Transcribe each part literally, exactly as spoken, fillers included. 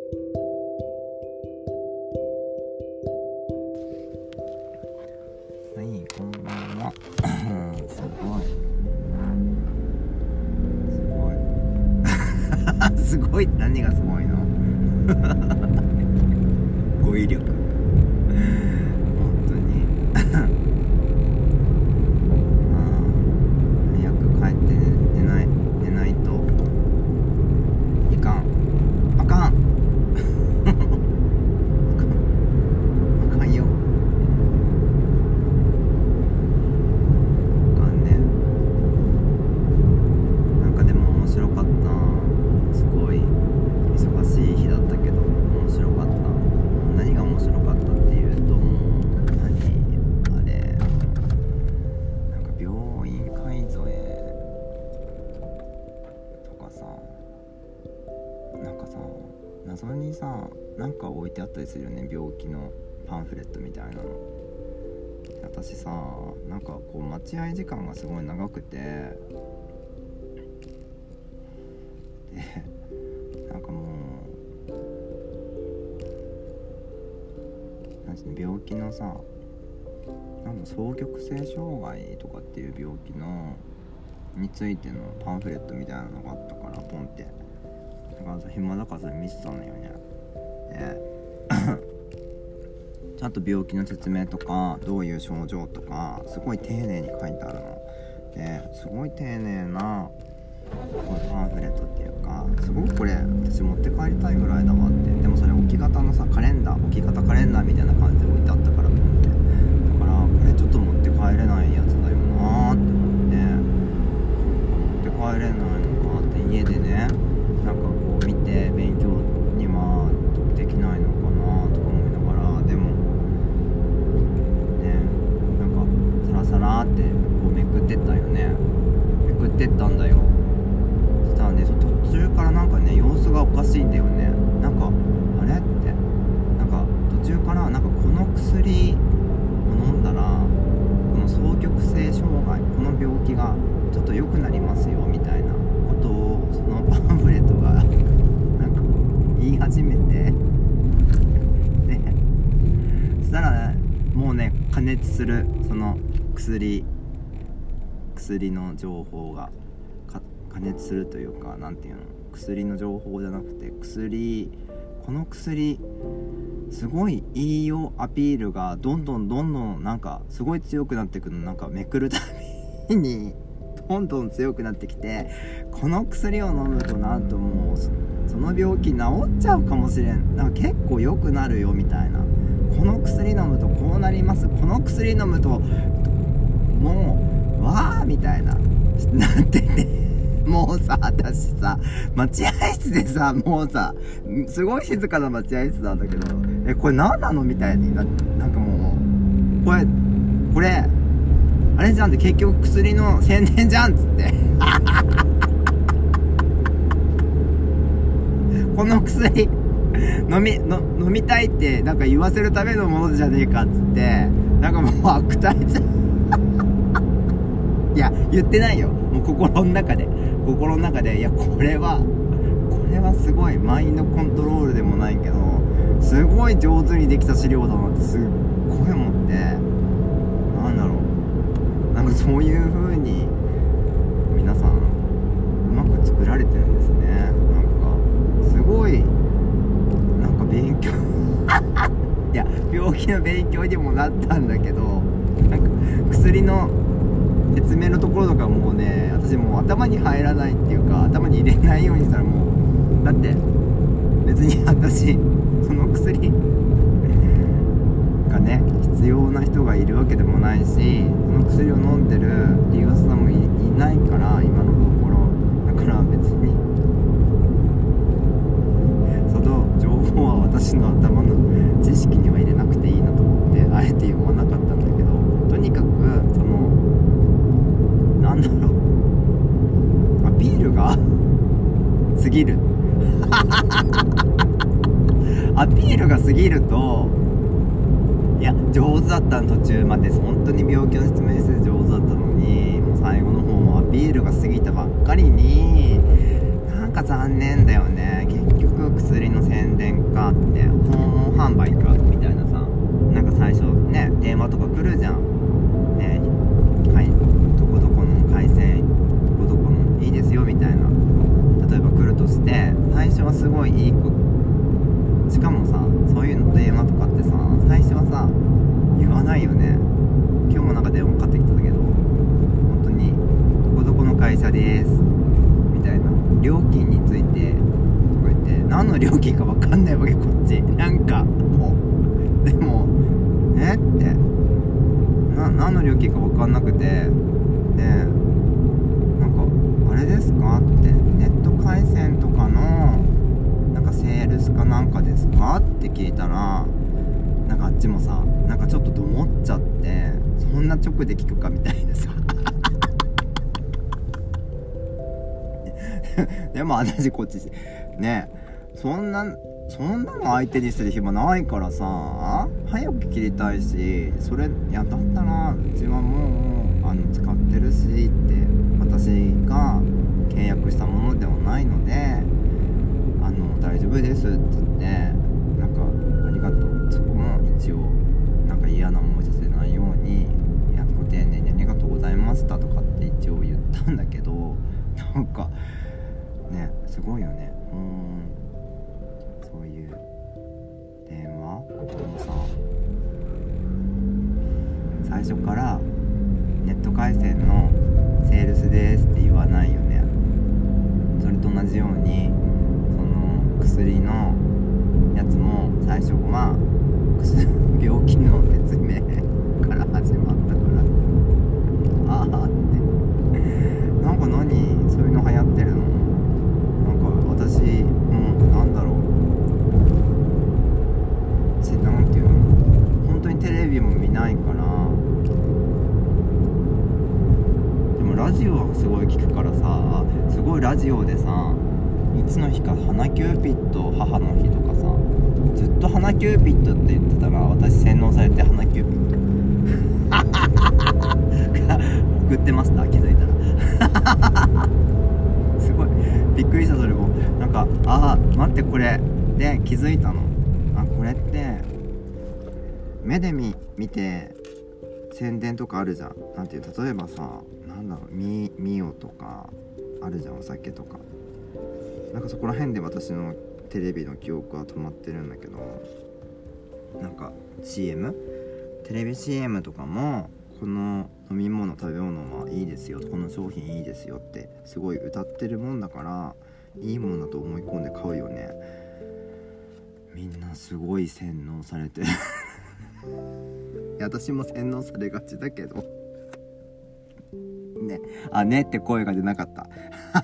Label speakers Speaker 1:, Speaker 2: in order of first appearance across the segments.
Speaker 1: はい、こんばんは。すごいすごいすごい。何がすごいの語彙力本当に早く帰って寝ない寝ないといかんあかんあかんよ。あかんね。なんかでも面白かった。すごい忙しい日だったけど面白かった。何が面白かったっていうと、もう何あれなんか病院介添えとかさ、なんかさ謎にさなんか置いてあったりするよね、病気のパンフレットみたいなの。私さなんかこう待合時間がすごい長くて、でなんかもうなんていうの、病気のさなんだ双極性障害とかっていう病気のについてのパンフレットみたいなのがあったからポンって、だからさ暇だからそれ見てたのよね。でちゃんと病気の説明とかどういう症状とかすごい丁寧に書いてあるのですごい丁寧なこうパンフレットっていうか、すごくこれ私持って帰りたいぐらいだわって。でもそれ置き型のさカレンダー置き型カレンダーみたいな感じで置いてあったからと思って、だからこれちょっと持って帰れないやつだよなーって思って、持って帰れないのかって家でねなんかこう見て勉強にはできないのかなとか思いながら、でもねなんかサラサラってこうめくってったよね。めくってったんだよ。そしたらね、途中からなんかね様子がおかしいんだよね。なんかあれってなんか途中からなんかこの薬を飲んだらこの双極性障害この病気がちょっと良くなりますよみたいなことをそのパンフレットがなんか言い始めてでそしたら、ね、もうね加熱するその薬薬の情報が加熱するというか、なんていうの、薬の情報じゃなくて薬この薬すごいいいよアピールがどんどんどんどんなんかすごい強くなってくるの。なんかめくるたびにどんどん強くなってきて、この薬を飲むとなんともうその病気治っちゃうかもしれん、なんか結構良くなるよみたいな、この薬飲むとこうなります、この薬飲むともうわーみたいななっててもうさ私さ待合室でさもうさすごい静かな待合室なんだけど、えこれ何なのみたいに な, なんかもうこれこれあれじゃんって、結局薬の宣伝じゃんっつってこの薬飲みの飲みたいってなんか言わせるためのものじゃねえかっつって、なんかもう悪態ついや言ってないよ、もう心の中で心の中でいやこれはこれはすごいマインドコントロールでもないけどすごい上手にできた資料だなってすっごい思って、なんだろう、なんかそういう風に皆さんうまく作られてるんですね。なんかすごいなんか勉強いや病気の勉強にもなったんだけど、なんか薬の説明のところとかもうね私もう頭に入らないっていうか頭に入れないようにしたら、もうだって別に私その薬がね必要な人がいるわけでもないし、その薬を飲んでる利用者さんも い, いないから今のところだから別にその情報は私の頭の知識には入れなくていいなと思ってあえて読まなかったんだけど、とにかくそのなんだろうアピールが過ぎるアピールが過ぎると、いや上手だったの途中まで本当に病気の説明して上手だったのに、もう最後の方もアピールが過ぎたばっかりになんか残念だよね。結局薬の宣伝かって訪問販売かみたいなさ、なんか最初ね電話とか来るじゃんね、かいどこどこの回線どこどこのいいですよみたいな、例えば来るとして最初はすごいいい子、しかもさそういうの電話とかってさ最初はさ言わないよね。今日もなんか電話かかってきたんだけど、本当にどこどこの会社ですみたいな、料金についてとか言って何の料金か分かんないわけこっち、なんかもうでもえってな何の料金か分かんなくて、でなんかあれですかってネット回線とかのなんかセールスかなんかですかって聞いたら、なんかあっちもさなんかちょっとどもっちゃって、そんな直で聞くかみたいなさでも私こっちねそんなそんなの相手にする暇ないからさ、早く切りたいし、それやだったらうちはもうあの使ってるしって、私が契約したものではないのであの大丈夫ですって言って、なんかありがとう、そこも一応なんか嫌な思いさせないように、いやご丁寧にありがとうございましたとかって一応言ったんだけど、なんかねすごいよね。うーんそういう電話もさ最初からネット回線のセールスですって言わないよね。それと同じようにその薬のやつも最初は病気の説明から始まったから、ああってなんか何そういうの流行ってるの、なんか私もうなんだろうなんていうの、本当にテレビも見ないから、でもラジオはすごい聞くからさ、すごいラジオでさいつの日か花キューピッド母の日とかさ、ずっと花キューピッドって言ってたら私洗脳されて花キューピッド送ってました、気づいたらすごいびっくりした。それもなんかああ待ってこれで気づいたの、あこれって目で 見, 見て宣伝とかあるじゃん、なんていう例えばさなんだろうミミオとかあるじゃん、お酒とか、なんかそこら辺で私のテレビの記憶は止まってるんだけど、なんか シーエム テレビ シーエム とかもこの飲み物食べ物はいいですよ、この商品いいですよってすごい歌ってるもんだから、いいもんだと思い込んで買うよね。みんなすごい洗脳されていや私も洗脳されがちだけどね、あねって声が出なかったい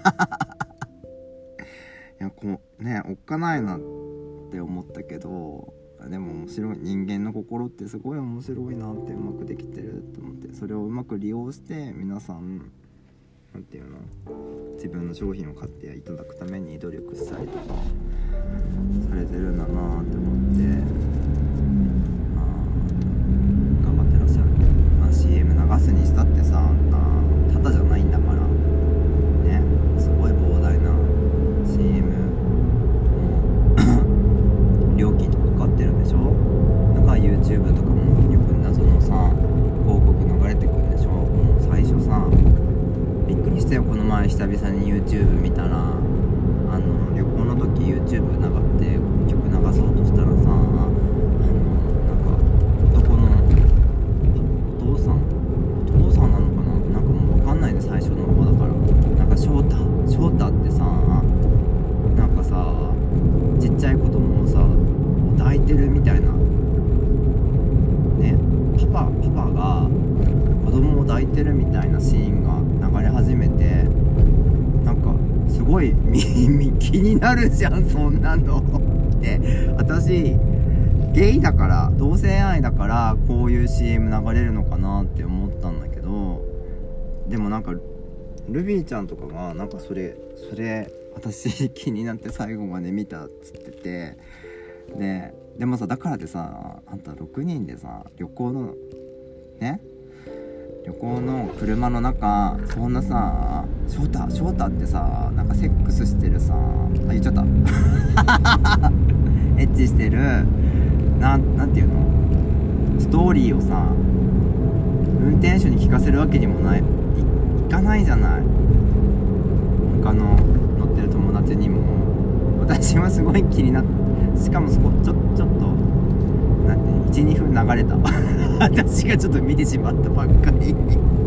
Speaker 1: やこうねおっかないなって思ったけど、でも面白い、人間の心ってすごい面白いなって、うまくできてると思って、それをうまく利用して皆さんなんていうの自分の商品を買っていただくために努力したりとかされてるんだなって思って、まあ頑張ってらっしゃる、まあ、シーエム 流すにしたってさ、ただじゃないんだからね、すごい膨大な シーエム の料金とかかかってるんでしょ。だから YouTube とかもよく謎のさ広告流れてくるんでしょ。もう最初さびっくりしたよ、この前久々に YouTube 見たら、あの旅行の時 YouTube 流って曲流そうとしたらさ、あのなんか男のお父さんお父さんなのかな、なんかもう分かんないね最初の方だから、なんか翔太翔太ってさ、なんかさちっちゃい子供をさ抱いてるみたいなね、パパパパが子供を抱いてるみたいなシーンが流れ始めて、なんかすごい気になるじゃんそんなので、私ゲイだから同性愛だからこういう シーエム 流れるのかなって思ったんだけど、でもなんかルビーちゃんとかがなんかそれそれ私気になって最後まで見たっつってて、ででもさだからってさ、あんたろくにんでさ旅行のね旅行の車の中そんなさ翔太翔太ってさなんかセックスしてるさ、あ言っちゃったえエッチしてるな、なんていうの、ストーリーをさ運転手に聞かせるわけにもない、い、いかないじゃない。他の乗ってる友達にも。私はすごい気になって、しかもそこちょちょっとなんていちにふん流れた私がちょっと見てしまったばっかりでも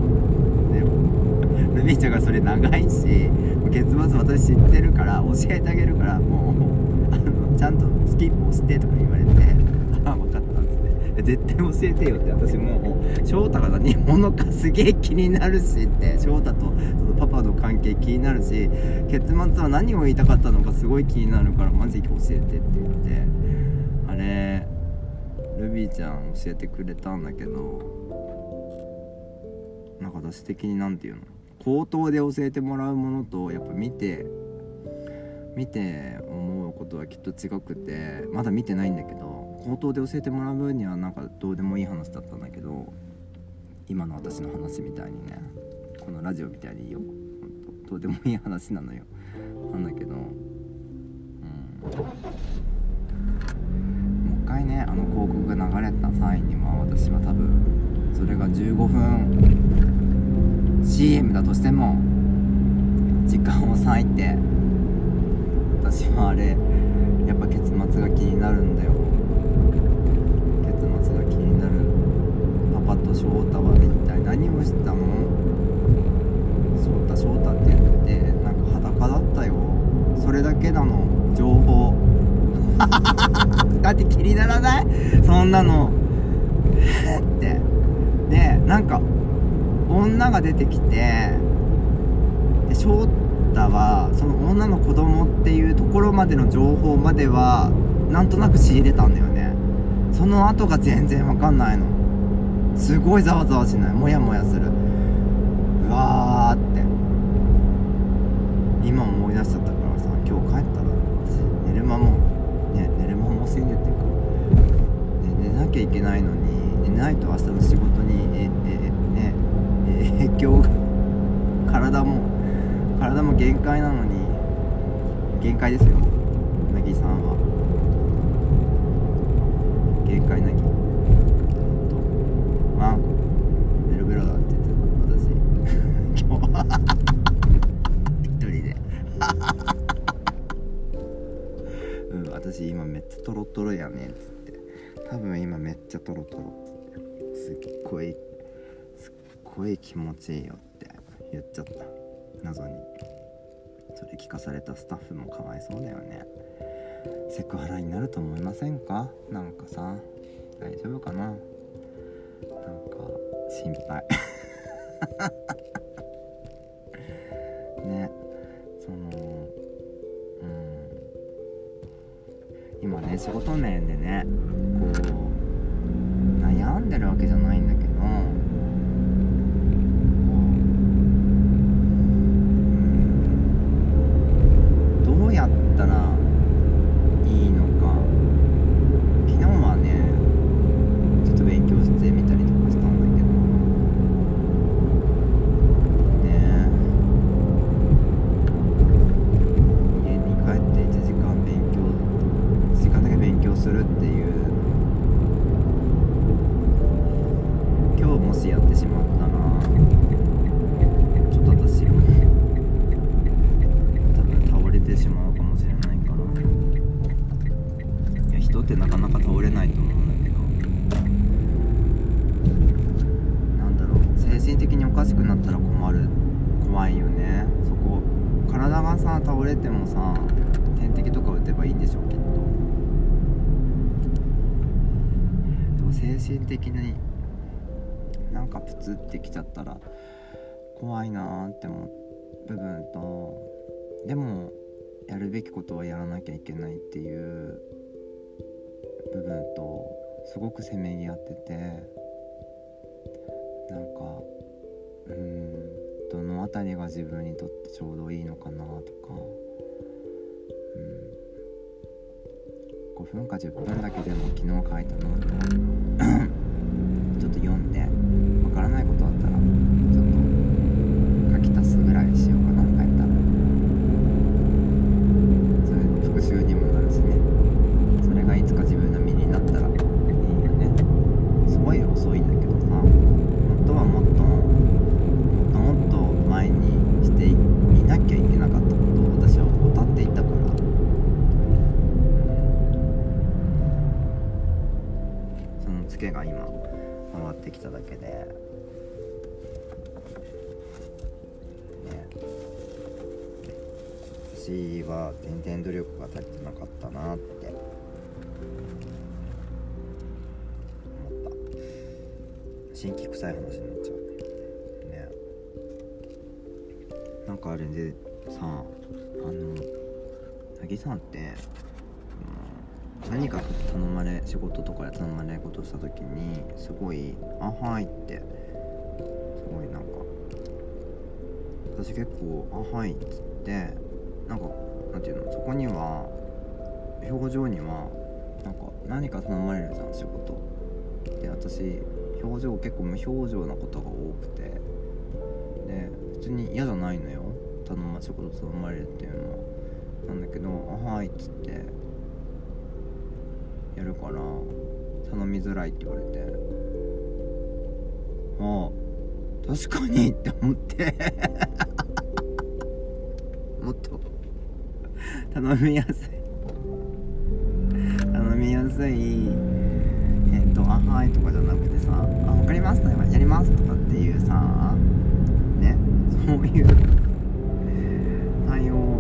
Speaker 1: ルミちゃんがそれ長いし結末私知ってるから教えてあげるから、もうあのちゃんとスキップ押してとか言われてああ分かったっつって、絶対教えてよって。私もう翔太が何者かすげえ気になるしって、翔太とそのパパの関係気になるし、結末は何を言いたかったのかすごい気になるからマジ教えてって言って、あれルビーちゃん教えてくれたんだけど、なんか私的になんていうの、口頭で教えてもらうものとやっぱ見て見て思うことはきっと違くて、まだ見てないんだけど、口頭で教えてもらう分にはなんかどうでもいい話だったんだけど、今の私の話みたいにね、このラジオみたいにいいよ、ほんとどうでもいい話なのよ。なんだけど、うん、もう一回ね、あの広告が流れた際には私は多分それがじゅうごふん シーエム だとしても時間を割いて、私はあれやっぱ結末が気になるんだよ。結末が気になる。パパと翔太は一体何をしたの？翔太翔太って言ってなんか裸だったよ。それだけなの、情報だって気にならない？そんなのってで、なんか女が出てきて、で翔太はその女の子供っていうところまでの情報まではなんとなく仕入れたんだよね。その後が全然わかんないの。すごいざわざわしない？モヤモヤする。うわーって今思い出しちゃったからさ、今日帰ったら私寝る間もね寝る間も惜しんでっていうか、ね、寝なきゃいけないのに、寝ないと明日の仕事にええねえ影響が体も体も限界なのに、限界ですよなぎさんは。限界なぎとワンコベロベロだって言ってた私今日一人でうん、私今めっちゃトロトロやねんっつって、多分今めっちゃトロトロっつって、すっごいすっごい気持ちいいよって言っちゃった、謎に。それ聞かされたスタッフもかわいそうだよね。セクハラになると思いませんか？なんかさ、大丈夫かな、なんか心配ね、そのうん今ね仕事面でねこう悩んでるわけじゃないんだけど、どうやったらいいのか。昨日はねちょっと勉強してみたりとかしたんだけどね、家に帰っていちじかん勉強いちじかんだけ勉強するっていう、今日もしやってしまったらちょっと私も多分倒れてしまうかもしれないから、いや人ってなかなか倒れないと思うんだけど、なんだろう、精神的におかしくなったら困る、怖いよね。そこ体がさ倒れてもさ点滴とか打てばいいんでしょうきっと。でも精神的になんかプツってきちゃったら怖いなーって思う部分と、でもやるべきことはやらなきゃいけないっていう部分とすごくせめぎ合ってて、なんかうーんどのあたりが自分にとってちょうどいいのかなとか、うんごふんかじゅっぷんだけでも昨日書いたノートちょっと読んで、わからないことあったらちょっと書き足すぐらいしようかな、帰ったら。それ復習にもなるしね。それがつけが今回ってきただけでね、私は全然努力が足りてなかったなって思った。新規臭い話になっちゃうね。なんかあれでさ、あのなぎさんって、うん、何か頼まれ仕事とかで頼まれ事した時にすごい「あはい」ってすごいなんか私結構「あはい」っつってなんかなんていうの、そこには表情にはなんか何か頼まれるじゃん仕事で、私表情結構無表情なことが多くて、で別に嫌じゃないのよ、頼ま仕事頼まれるっていうのはなんだけど「あはい」っつってやるから頼みづらいって言われて、ああ確かにって思ってもっと頼みやすい頼みやすいえっと「あはい」とかじゃなくてさ「あ分かります」とか「やります」とかっていうさね、そういう対応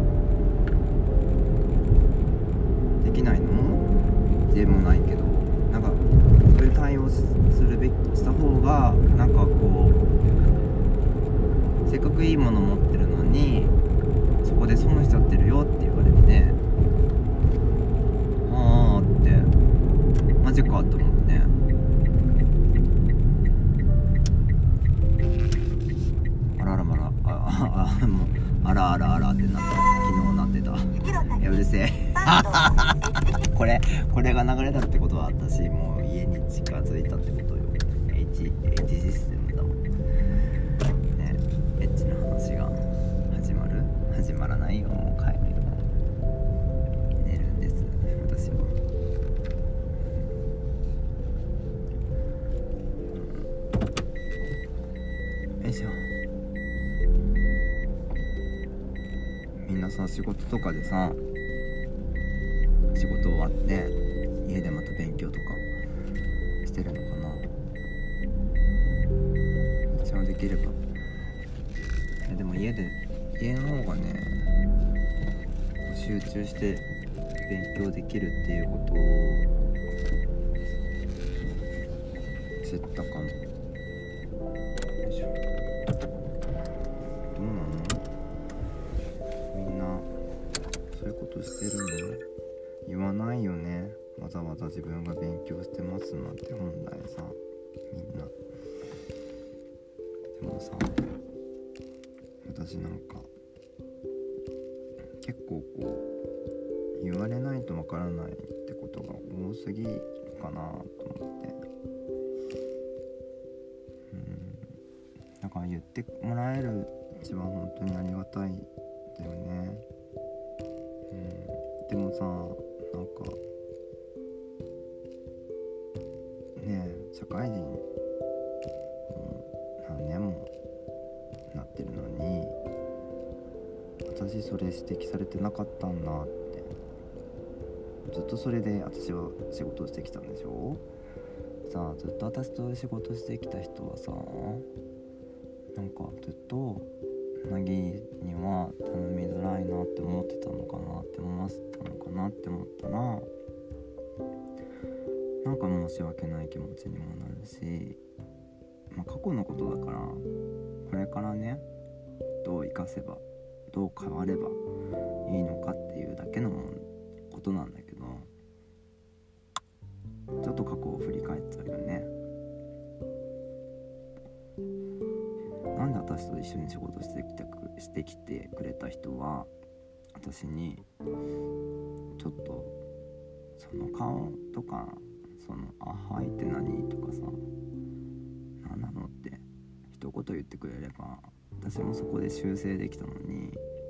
Speaker 1: できないのでもないけど、なんかそういう対応するべきした方がなんかこうせっかくいいもの持ってるのにそこで損しちゃってるよって言われて、あーってマジかと思って、あららまらああもうあらあらあらってなった、昨日なってた。いやうるせえこれこれが流れたってことは私もう家に近づいたってことよ。 H, H システムだもんね。エッチな話が始まる始まらないよ、もう帰るよ、寝るんです私は。よいしょ。みんなさ仕事とかでさ仕事終わって家でまた勉強とかしてるのかな。私はできればでも家で家の方がね集中して勉強できるっていうことを知ったかも。よいしょ。どうなの？みんなそういうことしてるの？言わないよね、わざわざ自分が勉強してますなんて本来さ、みんな。でもさ、私なんか結構こう言われないとわからないってことが多すぎかなと思って、うん、だから言ってもらえる一番本当にありがたいんだよね。うん、でもさ、なんかねえ社会人もう何年もなってるのに私それ指摘されてなかったんだって、ずっとそれで私は仕事をしてきたんでしょ。さあずっと私と仕事してきた人はさ、なんかずっとなぎには頼みづらいなって思ってたのかなって思わせたのかなって思ったら、なんか申し訳ない気持ちにもなるし、まあ、過去のことだからこれからねどう生かせばどう変わればいいのかっていうだけのことなんだけど、ちょっと過去を振り返っちゃうよね。なんで私と一緒に仕事してきてく、してきてくれた人は私にちょっとその顔とかその「あはい」って何とかさ、何なのって一言言ってくれれば私もそこで修正できたのに、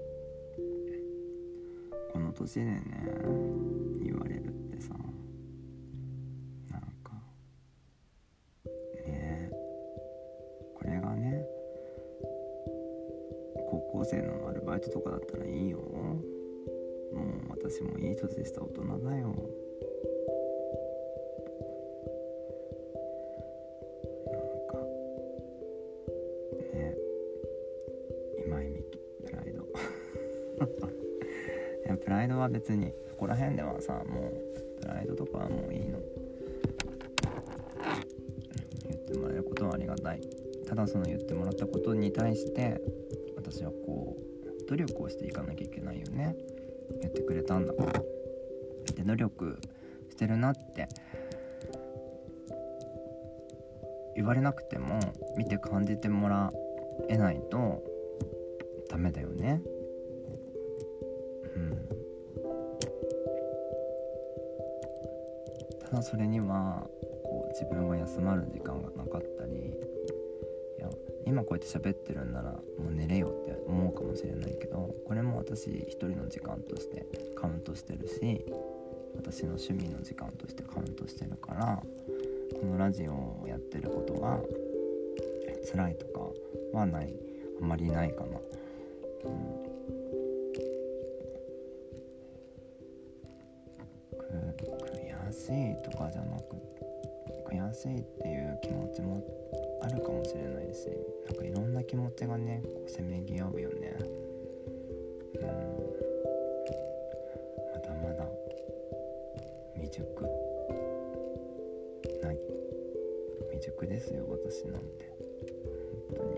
Speaker 1: この年でね言われるってさ、なんかね、これがね高校生のアルバイトとかだったらいいよ。もう私もいい年した大人だよ。 いやプライドは別にそこら辺ではさ、もうプライドとかはもういいの。言ってもらえることはありがたい。ただその言ってもらったことに対して私はこう努力をしていかなきゃいけないよね。言ってくれたんだから。で努力してるなって言われなくても見て感じてもらえないとダメだよね。うん。ただそれにはこう自分が休まる時間がなかったり、いや今こうやって喋ってるんならもう寝れよって思うかもしれないけど、これも私一人の時間としてカウントしてるし、私の趣味の時間としてカウントしてるから、このラジオをやってることが辛いとかはない、あんまりないかな。うん、悔しいとかじゃなく、悔しいっていう気持ちもあるかもしれないし、なんかいろんな気持ちがねこうせめぎ合うよね。うん、まだまだ未熟ない未熟ですよ私なんて。本当に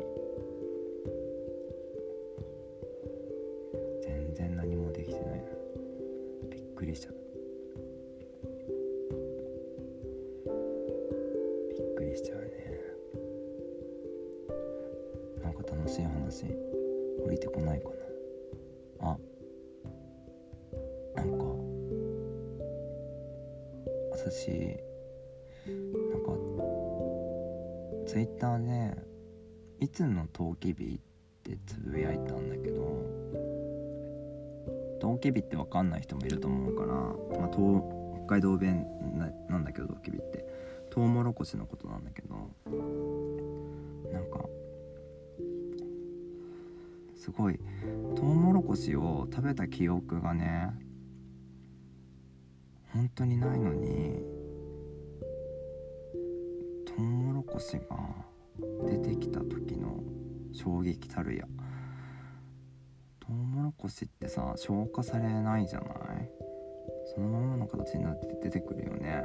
Speaker 1: 全然何もできてないの。びっくりしちゃう。びっくりしちゃうね。なんか楽しい話降りてこないかな。あ、なんか私なんかツイッターでいつのトウキビってつぶやいたんだけど、トウキビって分かんない人もいると思うから、まあ、北海道弁 な, なんだけどトウキビってトウモロコシのことなんだけど、なんかすごいトウモロコシを食べた記憶がね本当にないのに、トウモロコシが出てきた時の衝撃たるや。トウモロコシってさ消化されないじゃない。そのままの形になって出てくるよね。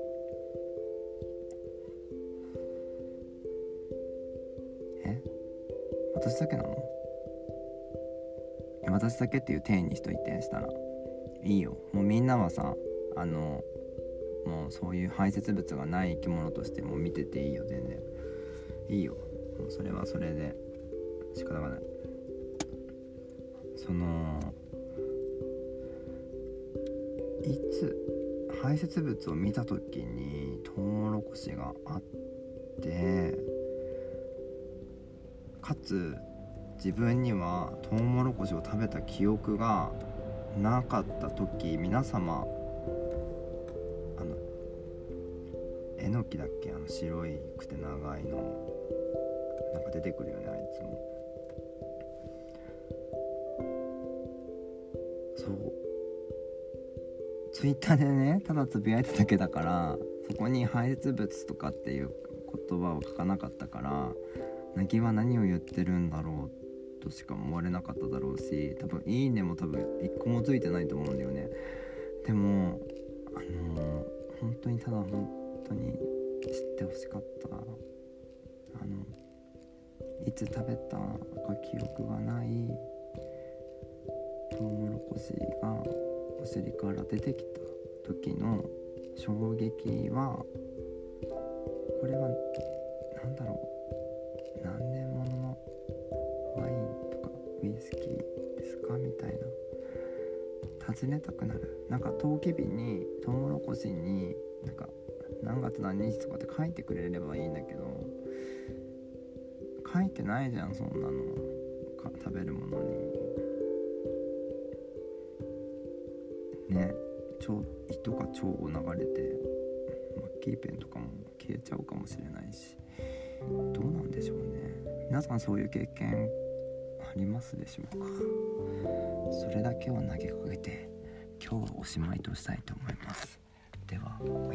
Speaker 1: え私だけなの？え私だけっていう体にしといてしたらいいよ。もうみんなはさ、あのもうそういう排泄物がない生き物としても見てていいよ。全然いいよ。もうそれはそれで仕方がない。そのいつ排泄物を見た時にトウモロコシがあって、かつ自分にはトウモロコシを食べた記憶がなかった時、皆様あのえのきだっけ、あの白いくて長いのなんか出てくるよね、あいつも。そうツイッターでねただつぶやいてただけだから、そこに排泄物とかっていう言葉を書かなかったから、なぎは何を言ってるんだろうとしか思われなかっただろうし、多分いいねも多分一個もついてないと思うんだよね。でもあのー、本当にただ本当に知ってほしかった。あのいつ食べたか記憶がないトウモロコシがお尻から出てきた時の衝撃は、これはなんだろう、何年もののワインとかウイスキーですかみたいな尋ねたくなる。なんかトウキビにトウモロコシになんか何月何日とかって書いてくれればいいんだけど、書いてないじゃんそんなのか食べるものにね。腸胃とか腸を流れてマッキーペンとかも消えちゃうかもしれないし、どうなんでしょうね。皆さんそういう経験ありますでしょうか。それだけを投げかけて今日はおしまいとしたいと思います。では。